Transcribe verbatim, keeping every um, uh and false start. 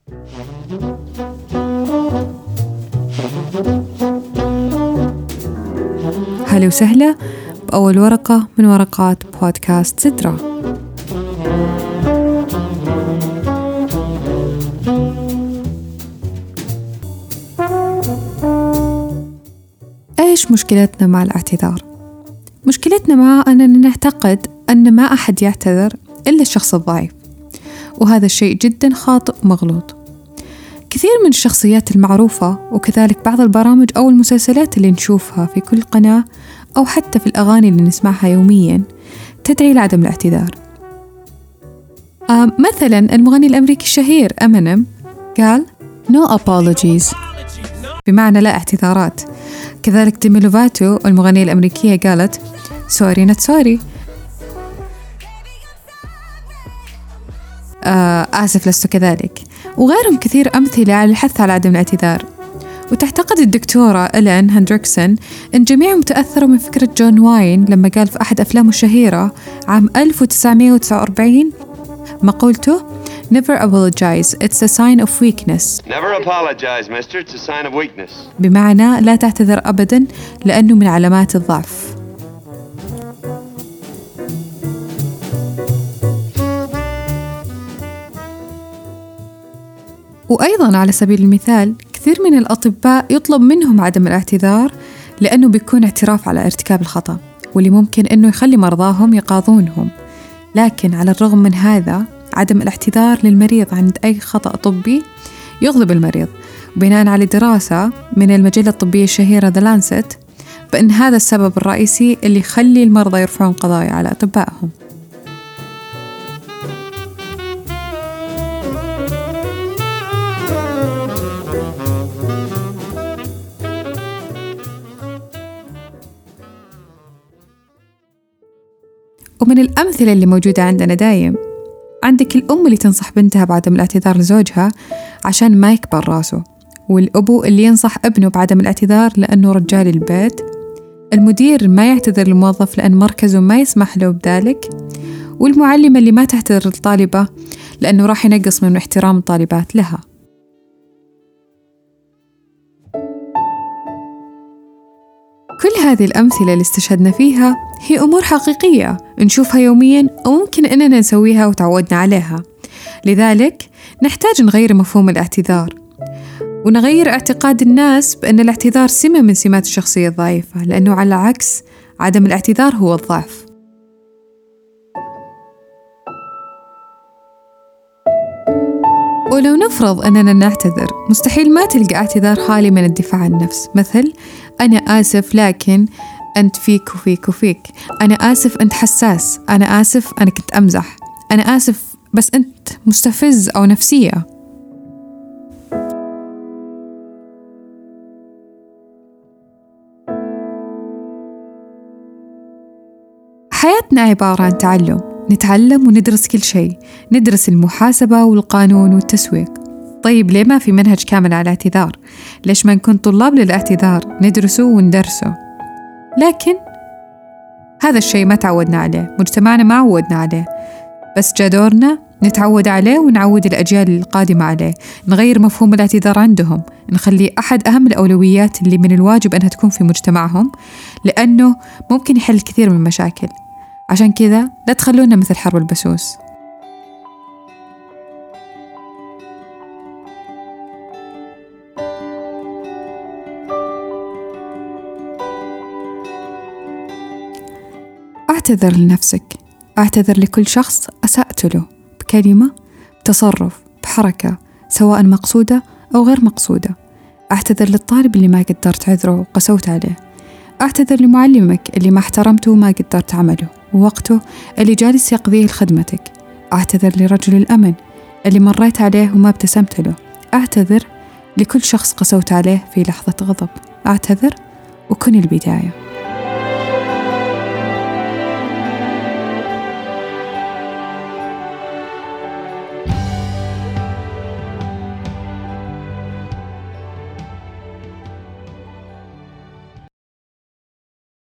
هلا وسهلا بأول ورقة من ورقات بودكاست سترة. إيش مشكلتنا مع الاعتذار؟ مشكلتنا معه أننا نعتقد أن ما أحد يعتذر إلا الشخص الضعيف، وهذا الشيء جدا خاطئ ومغلوط. كثير من الشخصيات المعروفة وكذلك بعض البرامج أو المسلسلات اللي نشوفها في كل قناة أو حتى في الأغاني اللي نسمعها يوميا تدعي لعدم الاعتذار. آه مثلا المغني الأمريكي الشهير أمينيم قال no apologies، بمعنى لا اعتذارات. كذلك ديمي لوفاتو المغنية الأمريكية قالت sorry not sorry، آه آسف لست كذلك، وغيرهم كثير أمثلة على الحث على عدم الاعتذار. وتعتقد الدكتورة إلين هندريكسون أن جميعهم تأثروا من فكرة جون واين لما قال في أحد أفلامه الشهيرة عام ألف وتسعمائة وتسعة وأربعين مقولته Never apologize, it's a sign of weakness. Never apologize, mister, it's a sign of weakness. بمعنى لا تعتذر أبداً لأنه من علامات الضعف. وأيضاً على سبيل المثال كثير من الأطباء يطلب منهم عدم الاعتذار لأنه بيكون اعتراف على ارتكاب الخطأ، واللي ممكن أنه يخلي مرضاهم يقاضونهم. لكن على الرغم من هذا عدم الاعتذار للمريض عند أي خطأ طبي يغضب المريض، بناء على دراسة من المجلة الطبية الشهيرة The Lancet بأن هذا السبب الرئيسي اللي يخلي المرضى يرفعون قضايا على أطبائهم. ومن الأمثلة اللي موجودة عندنا دايم عندك الأم اللي تنصح بنتها بعدم الاعتذار لزوجها عشان ما يكبر راسه، والأبو اللي ينصح ابنه بعدم الاعتذار لأنه رجال البيت، المدير ما يعتذر للموظف لأن مركزه ما يسمح له بذلك، والمعلمة اللي ما تعتذر للطالبة لأنه راح ينقص من احترام الطالبات لها. كل هذه الأمثلة اللي استشهدنا فيها هي أمور حقيقية نشوفها يومياً وممكن أننا نسويها وتعودنا عليها. لذلك نحتاج نغير مفهوم الاعتذار ونغير اعتقاد الناس بأن الاعتذار سمة من سمات الشخصية الضعيفة، لأنه على العكس عدم الاعتذار هو الضعف. ولو نفرض أننا نعتذر، مستحيل ما تلقى اعتذار خالي من الدفاع عن النفس، مثل أنا آسف لكن أنت فيك وفيك وفيك، أنا آسف أنت حساس، أنا آسف أنا كنت أمزح، أنا آسف بس أنت مستفز أو نفسية. حياتنا عبارة عن تعلم، نتعلم وندرس كل شيء، ندرس المحاسبة والقانون والتسويق. طيب ليه ما في منهج كامل على الاعتذار؟ ليش ما نكون طلاب للاعتذار ندرسه وندرسه؟ لكن هذا الشيء ما تعودنا عليه، مجتمعنا ما عودنا عليه، بس جاء دورنا نتعود عليه ونعود الأجيال القادمة عليه، نغير مفهوم الاعتذار عندهم، نخليه أحد أهم الأولويات اللي من الواجب أنها تكون في مجتمعهم، لأنه ممكن يحل كثير من المشاكل. عشان كذا لا تخلونا مثل حرب البسوس. اعتذر لنفسك، اعتذر لكل شخص أسأت له بكلمة، بتصرف، بحركة، سواء مقصودة أو غير مقصودة. اعتذر للطالب اللي ما قدرت عذره وقسوت عليه، اعتذر لمعلمك اللي ما احترمته وما قدرت عمله ووقته اللي جالس يقضيه لخدمتك، اعتذر لرجل الأمن اللي مريت عليه وما ابتسمت له، اعتذر لكل شخص قسوت عليه في لحظة غضب، اعتذر وكن البداية.